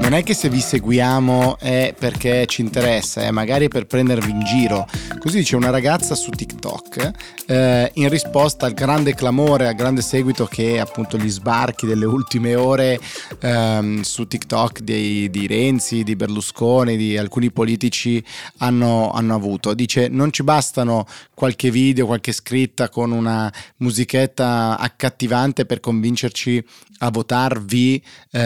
non è che se vi seguiamo è perché ci interessa, è magari per prendervi in giro. Così dice una ragazza su TikTok in risposta al grande clamore, al grande seguito che appunto gli sbarchi delle ultime ore su TikTok di Renzi, di Berlusconi, di alcuni politici hanno avuto. Dice: non ci bastano qualche video, qualche scritta con una musichetta accattivante per convincerci a votarvi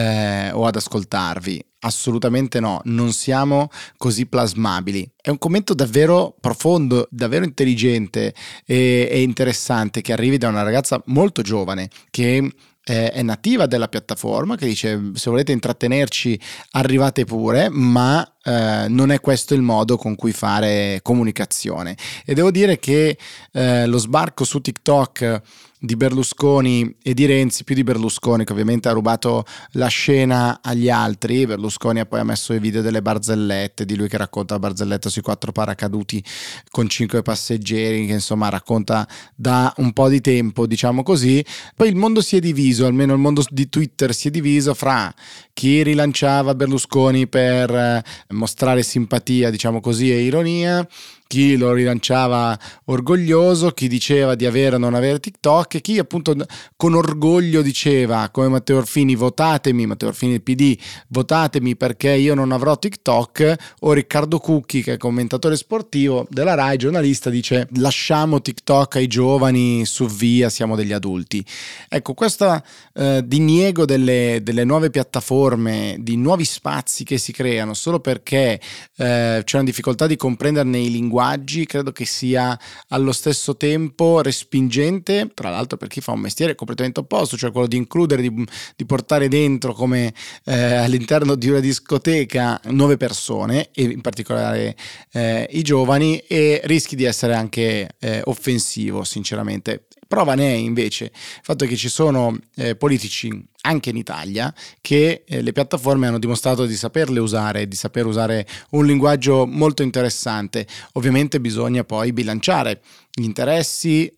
o ad ascoltarvi. Assolutamente no, non siamo così plasmabili. È un commento davvero profondo, davvero intelligente e interessante, che arrivi da una ragazza molto giovane che è nativa della piattaforma, che dice: se volete intrattenerci arrivate pure, ma non è questo il modo con cui fare comunicazione. E devo dire che lo sbarco su TikTok di Berlusconi e di Renzi, più di Berlusconi che ovviamente ha rubato la scena agli altri. Berlusconi poi ha messo i video delle barzellette, di lui che racconta la barzelletta sui 4 paracaduti con 5 passeggeri, che insomma racconta da un po' di tempo, diciamo così. Poi il mondo si è diviso, almeno il mondo di Twitter si è diviso fra chi rilanciava Berlusconi per mostrare simpatia, diciamo così, e ironia, chi lo rilanciava orgoglioso, chi diceva di avere o non avere TikTok, e chi appunto con orgoglio diceva, come Matteo Orfini, votatemi, Matteo Orfini del PD, votatemi perché io non avrò TikTok, o Riccardo Cucchi, che è commentatore sportivo della Rai, giornalista, dice: lasciamo TikTok ai giovani, su via, siamo degli adulti. Ecco, questo diniego delle nuove piattaforme, di nuovi spazi che si creano solo perché c'è una difficoltà di comprenderne i linguaggi, credo che sia allo stesso tempo respingente, tra l'altro per chi fa un mestiere completamente opposto, cioè quello di includere, di portare dentro come all'interno di una discoteca nuove persone, e in particolare i giovani, e rischi di essere anche offensivo, sinceramente. Prova ne è invece il fatto che ci sono politici anche in Italia che le piattaforme hanno dimostrato di saperle usare, di saper usare un linguaggio molto interessante. Ovviamente bisogna poi bilanciare gli interessi,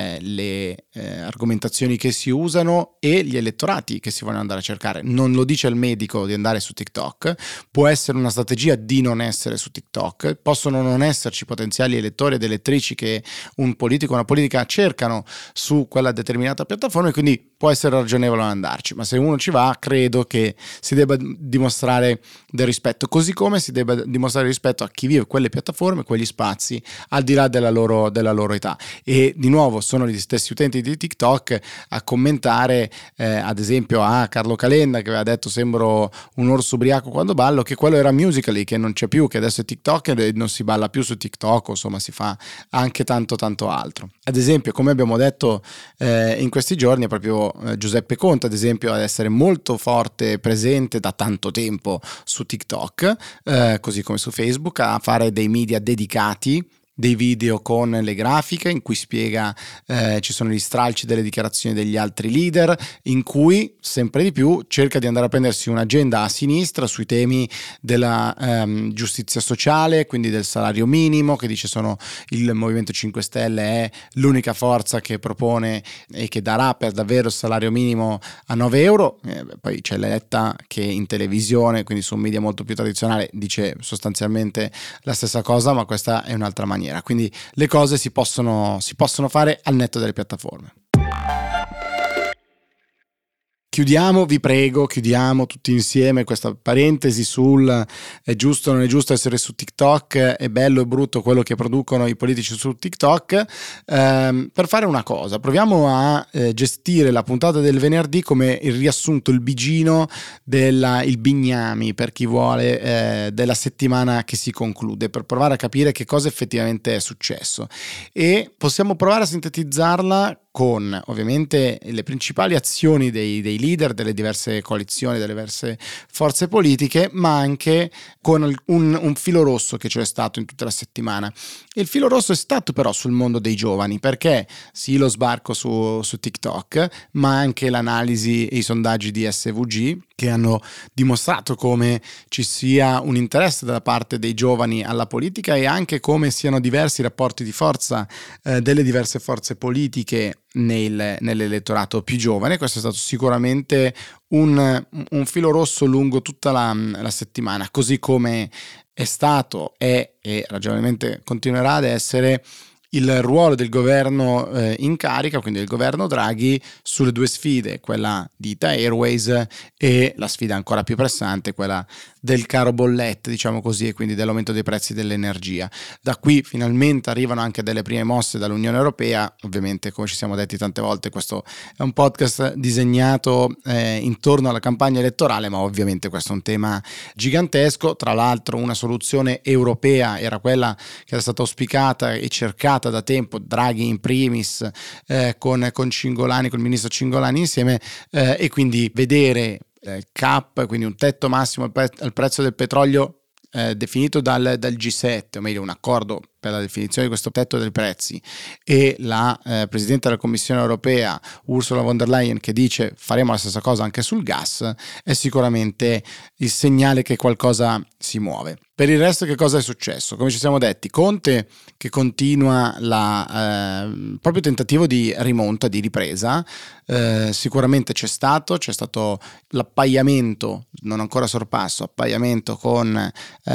le argomentazioni che si usano e gli elettorati che si vogliono andare a cercare. Non lo dice il medico di andare su TikTok, può essere una strategia di non essere su TikTok, possono non esserci potenziali elettori ed elettrici che un politico o una politica cercano su quella determinata piattaforma, e quindi può essere ragionevole non andarci, ma se uno ci va credo che si debba dimostrare del rispetto, così come si debba dimostrare rispetto a chi vive quelle piattaforme, quegli spazi, al di là della loro età. E di nuovo sono gli stessi utenti di TikTok a commentare ad esempio a Carlo Calenda, che aveva detto: sembro un orso ubriaco quando ballo, che quello era Musical.ly, che non c'è più, che adesso è TikTok e non si balla più su TikTok, insomma si fa anche tanto altro. Ad esempio, come abbiamo detto in questi giorni, è proprio Giuseppe Conte ad esempio ad essere molto forte, presente da tanto tempo su TikTok, così come su Facebook, a fare dei media dedicati, dei video con le grafiche in cui spiega, ci sono gli stralci delle dichiarazioni degli altri leader, in cui sempre di più cerca di andare a prendersi un'agenda a sinistra sui temi della giustizia sociale, quindi del salario minimo, che dice il Movimento 5 Stelle è l'unica forza che propone e che darà per davvero il salario minimo a 9 euro. Poi c'è Letta che in televisione, quindi su un media molto più tradizionale, dice sostanzialmente la stessa cosa, ma questa è un'altra maniera. Quindi le cose si possono fare al netto delle piattaforme. Vi prego, chiudiamo tutti insieme questa parentesi sul è giusto o non è giusto essere su TikTok, è bello o brutto quello che producono i politici su TikTok, per fare una cosa. Proviamo a gestire la puntata del venerdì come il riassunto, il bigino, il bignami, per chi vuole, della settimana che si conclude, per provare a capire che cosa effettivamente è successo, e possiamo provare a sintetizzarla con ovviamente le principali azioni dei leader delle diverse coalizioni, delle diverse forze politiche, ma anche con un filo rosso che c'è stato in tutta la settimana. Il filo rosso è stato però sul mondo dei giovani, perché sì, lo sbarco su TikTok, ma anche l'analisi e i sondaggi di SVG che hanno dimostrato come ci sia un interesse da parte dei giovani alla politica, e anche come siano diversi i rapporti di forza delle diverse forze politiche nell'elettorato più giovane. Questo è stato sicuramente un filo rosso lungo tutta la settimana, così come è stato, è e ragionevolmente continuerà ad essere il ruolo del governo in carica, quindi del governo Draghi, sulle due sfide, quella di Ita Airways e la sfida ancora più pressante, quella del caro bollette, diciamo così, e quindi dell'aumento dei prezzi dell'energia. Da qui finalmente arrivano anche delle prime mosse dall'Unione Europea. Ovviamente, come ci siamo detti tante volte, questo è un podcast disegnato intorno alla campagna elettorale, ma ovviamente questo è un tema gigantesco. Tra l'altro una soluzione europea era quella che era stata auspicata e cercata da tempo, Draghi in primis, con Cingolani, con il ministro Cingolani insieme, e quindi vedere cap, quindi un tetto massimo al prezzo del petrolio definito dal G7, o meglio un accordo per la definizione di questo tetto dei prezzi, e la Presidente della Commissione Europea Ursula von der Leyen che dice faremo la stessa cosa anche sul gas, è sicuramente il segnale che qualcosa si muove. Per il resto che cosa è successo? Come ci siamo detti, Conte che continua proprio tentativo di rimonta, di ripresa, sicuramente c'è stato l'appaiamento, non ancora sorpasso, appaiamento con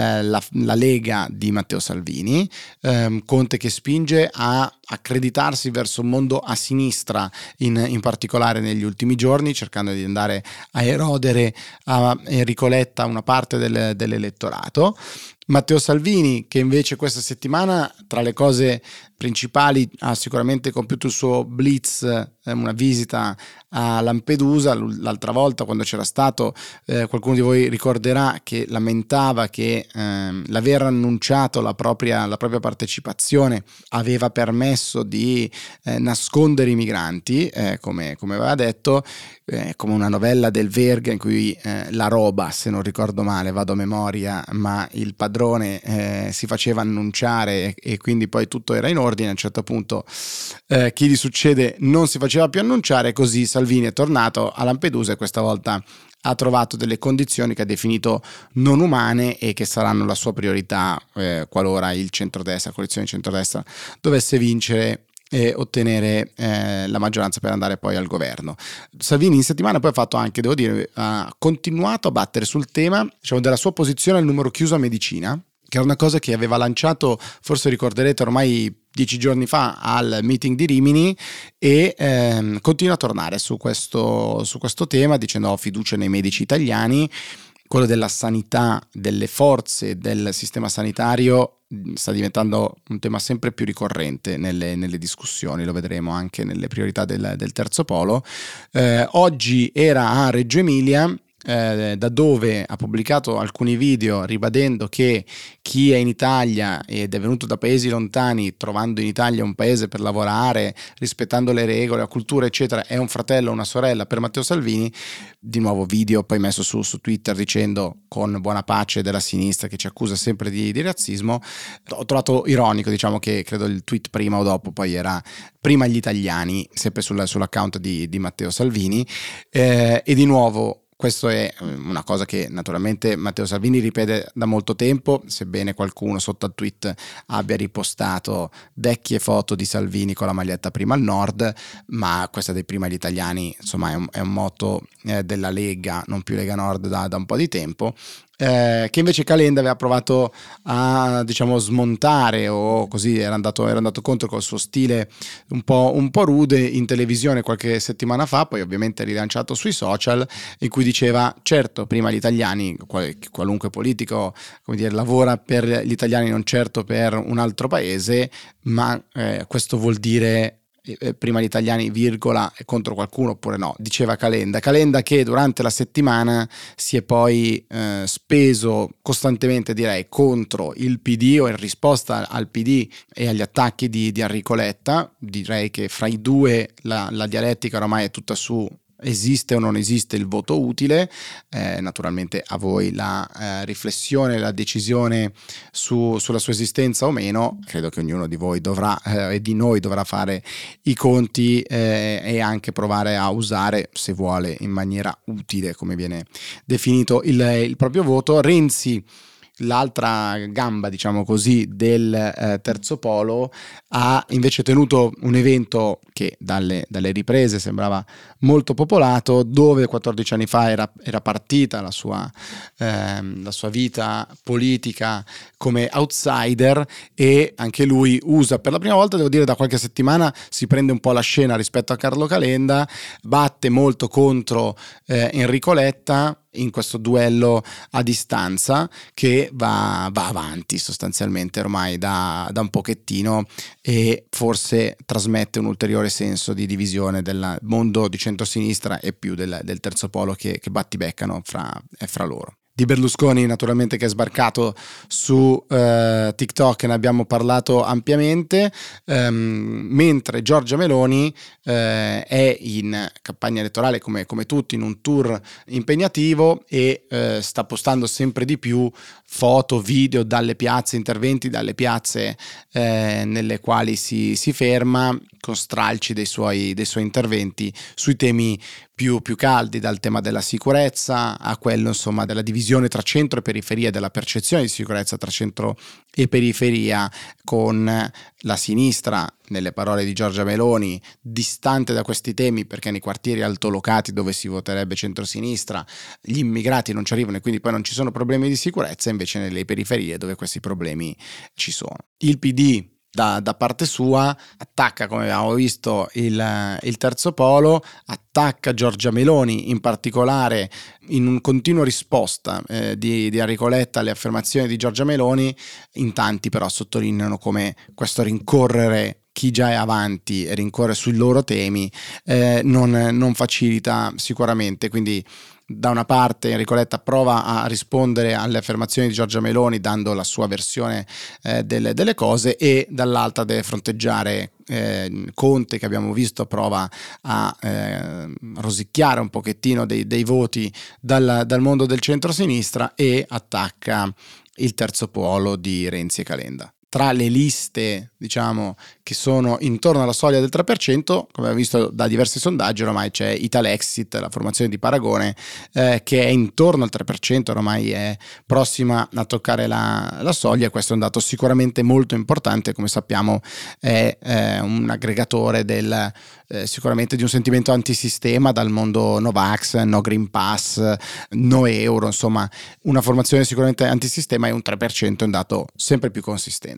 la Lega di Matteo Salvini, Conte che spinge a accreditarsi verso un mondo a sinistra in particolare negli ultimi giorni, cercando di andare a erodere a Enrico Letta una parte dell'elettorato. Matteo Salvini che invece questa settimana tra le cose principali ha sicuramente compiuto il suo blitz, una visita a Lampedusa. L'altra volta quando c'era stato, qualcuno di voi ricorderà che lamentava che l'aver annunciato la propria partecipazione aveva permesso di nascondere i migranti, come aveva detto, come una novella del Verga in cui la roba, se non ricordo male, vado a memoria, ma il padrone si faceva annunciare e quindi poi tutto era in ordine. A un certo punto chi gli succede non si faceva più annunciare, così Salvini è tornato a Lampedusa e questa volta ha trovato delle condizioni che ha definito non umane e che saranno la sua priorità qualora il centrodestra, la coalizione di centrodestra dovesse vincere e ottenere la maggioranza per andare poi al governo. Salvini in settimana poi ha fatto anche, devo dire, ha continuato a battere sul tema, diciamo, della sua posizione al numero chiuso a medicina, che era una cosa che aveva lanciato, forse ricorderete, ormai 10 giorni fa al meeting di Rimini, e continua a tornare su questo tema dicendo ho fiducia nei medici italiani. Quello della sanità, delle forze del sistema sanitario sta diventando un tema sempre più ricorrente nelle discussioni, lo vedremo anche nelle priorità del terzo polo. Oggi era a Reggio Emilia, da dove ha pubblicato alcuni video ribadendo che chi è in Italia ed è venuto da paesi lontani, trovando in Italia un paese per lavorare, rispettando le regole, la cultura eccetera, è un fratello o una sorella per Matteo Salvini. Di nuovo video poi messo su Twitter dicendo, con buona pace della sinistra che ci accusa sempre di razzismo. Ho trovato ironico, diciamo, che credo il tweet prima o dopo poi era prima gli italiani, sempre sull'account di Matteo Salvini, e di nuovo questo è una cosa che naturalmente Matteo Salvini ripete da molto tempo, sebbene qualcuno sotto al tweet abbia ripostato vecchie foto di Salvini con la maglietta prima al nord, ma questa dei prima gli italiani, insomma, è un motto della Lega, non più Lega Nord da un po' di tempo. Che invece Calenda aveva provato a, diciamo, smontare, o così era andato contro col suo stile un po' rude in televisione qualche settimana fa, poi ovviamente rilanciato sui social, in cui diceva certo prima gli italiani, qualunque politico, come dire, lavora per gli italiani, non certo per un altro paese, ma questo vuol dire prima gli italiani, virgola, e contro qualcuno oppure no, diceva Calenda che durante la settimana si è poi speso costantemente, direi, contro il PD o in risposta al PD e agli attacchi di Enrico Letta. Direi che fra i due la dialettica ormai è tutta su esiste o non esiste il voto utile. Naturalmente a voi la riflessione, la decisione sulla sua esistenza o meno. Credo che ognuno di voi dovrà e di noi dovrà fare i conti e anche provare a usare, se vuole, in maniera utile, come viene definito, il proprio voto. Renzi, l'altra gamba, diciamo così, del terzo polo, ha invece tenuto un evento che dalle riprese sembrava molto popolato, dove 14 anni fa era partita la sua vita politica come outsider, e anche lui usa per la prima volta, devo dire da qualche settimana, si prende un po' la scena rispetto a Carlo Calenda, batte molto contro Enrico Letta in questo duello a distanza che va avanti sostanzialmente ormai da un pochettino, e forse trasmette un ulteriore senso di divisione del mondo di centrosinistra e più del terzo polo che battibeccano fra loro. Di Berlusconi naturalmente, che è sbarcato su TikTok, ne abbiamo parlato ampiamente, mentre Giorgia Meloni è in campagna elettorale come tutti, in un tour impegnativo, e sta postando sempre di più foto, video dalle piazze, interventi dalle piazze nelle quali si ferma, con stralci dei suoi interventi sui temi più caldi, dal tema della sicurezza a quello insomma della divisione tra centro e periferia, della percezione di sicurezza tra centro e periferia, con la sinistra, nelle parole di Giorgia Meloni, distante da questi temi perché nei quartieri altolocati dove si voterebbe centrosinistra gli immigrati non ci arrivano e quindi poi non ci sono problemi di sicurezza, invece nelle periferie dove questi problemi ci sono. Il PD da parte sua attacca, come abbiamo visto, il terzo polo, attacca Giorgia Meloni in particolare, in un continuo risposta di Enrico Letta alle affermazioni di Giorgia Meloni. In tanti però sottolineano come questo rincorrere chi già è avanti e rincorre sui loro temi non facilita sicuramente. Quindi da una parte Enrico Letta prova a rispondere alle affermazioni di Giorgia Meloni dando la sua versione delle cose, e dall'altra deve fronteggiare Conte, che abbiamo visto prova a rosicchiare un pochettino dei voti dal mondo del centro-sinistra, e attacca il terzo polo di Renzi e Calenda. Tra le liste, diciamo, che sono intorno alla soglia del 3%, come abbiamo visto da diversi sondaggi, ormai c'è Italexit, la formazione di Paragone, che è intorno al 3%, ormai è prossima a toccare la soglia, e questo è un dato sicuramente molto importante. Come sappiamo è un aggregatore sicuramente di un sentimento antisistema, dal mondo Novax, no Green Pass, no euro, insomma una formazione sicuramente antisistema, e un 3% è un dato sempre più consistente.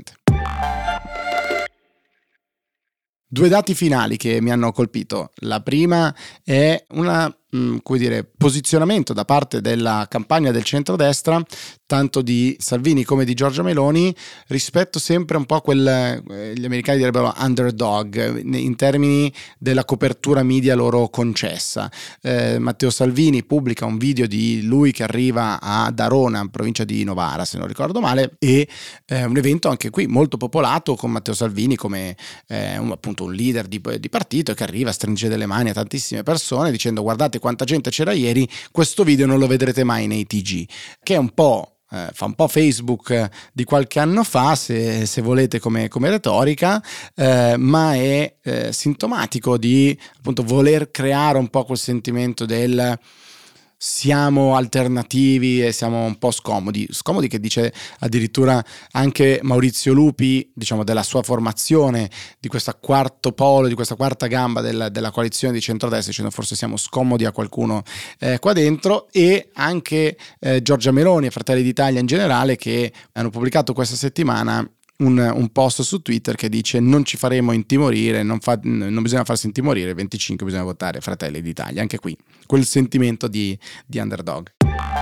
Due dati finali che mi hanno colpito. La prima è posizionamento da parte della campagna del centrodestra, tanto di Salvini come di Giorgia Meloni, rispetto sempre un po' a gli americani direbbero underdog, in termini della copertura media loro concessa. Matteo Salvini pubblica un video di lui che arriva a Arona, in provincia di Novara se non ricordo male, e un evento anche qui molto popolato, con Matteo Salvini come appunto un leader di partito, che arriva a stringere le mani a tantissime persone dicendo: guardate quanta gente c'era ieri, questo video non lo vedrete mai nei TG, che è un po' fa un po' Facebook di qualche anno fa, se volete, come retorica, ma è sintomatico di appunto voler creare un po' quel sentimento del siamo alternativi e siamo un po' scomodi, che dice addirittura anche Maurizio Lupi, diciamo, della sua formazione, di questo quarto polo, di questa quarta gamba della coalizione di centrodestra, dicendo forse siamo scomodi a qualcuno qua dentro. E anche Giorgia Meloni e Fratelli d'Italia in generale, che hanno pubblicato questa settimana un post su Twitter che dice: non ci faremo intimorire, non bisogna farsi intimorire, il 25 bisogna votare Fratelli d'Italia. Anche qui quel sentimento di underdog.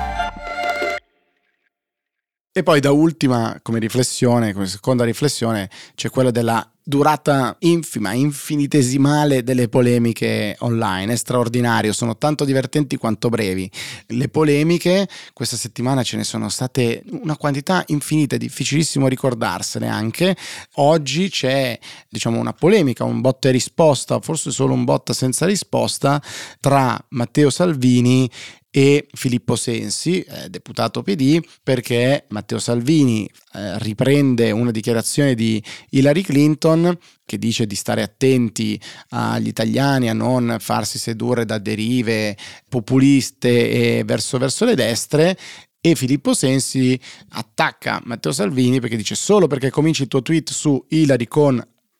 E poi da ultima, come seconda riflessione, c'è quella della durata infima, infinitesimale delle polemiche online. È straordinario, sono tanto divertenti quanto brevi le polemiche. Questa settimana ce ne sono state una quantità infinita, è difficilissimo ricordarsene anche. Oggi c'è, diciamo, una polemica, un botta e risposta, forse solo un botta senza risposta, tra Matteo Salvini e Filippo Sensi, deputato PD, perché Matteo Salvini riprende una dichiarazione di Hillary Clinton, che dice di stare attenti agli italiani, a non farsi sedurre da derive populiste e verso le destre. E Filippo Sensi attacca Matteo Salvini perché dice: solo perché cominci il tuo tweet su Hillary con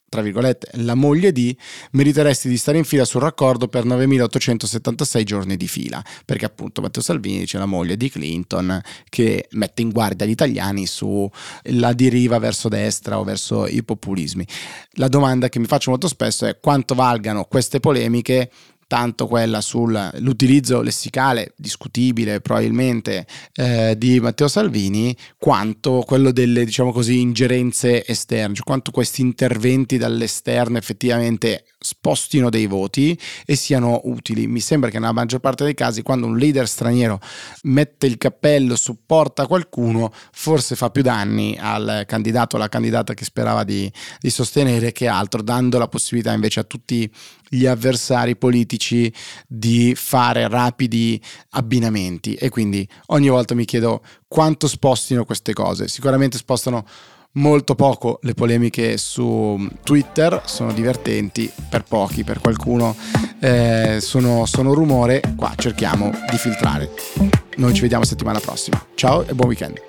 tra virgolette, la moglie di, meriteresti di stare in fila sul raccordo per 9.876 giorni di fila, perché appunto Matteo Salvini dice la moglie di Clinton che mette in guardia gli italiani sulla deriva verso destra o verso i populismi. La domanda che mi faccio molto spesso è quanto valgano queste polemiche, tanto quella sull'utilizzo lessicale discutibile probabilmente di Matteo Salvini, quanto quello delle, diciamo così, ingerenze esterne, cioè quanto questi interventi dall'esterno effettivamente spostino dei voti e siano utili. Mi sembra che nella maggior parte dei casi, quando un leader straniero mette il cappello, supporta qualcuno, forse fa più danni al candidato o alla candidata che sperava di sostenere che altro, dando la possibilità invece a tutti gli avversari politici di fare rapidi abbinamenti. E quindi ogni volta mi chiedo quanto spostino queste cose. Sicuramente spostano molto poco le polemiche su Twitter, sono divertenti per pochi, per qualcuno sono rumore. Qua cerchiamo di filtrare. Noi ci vediamo settimana prossima, ciao e buon weekend.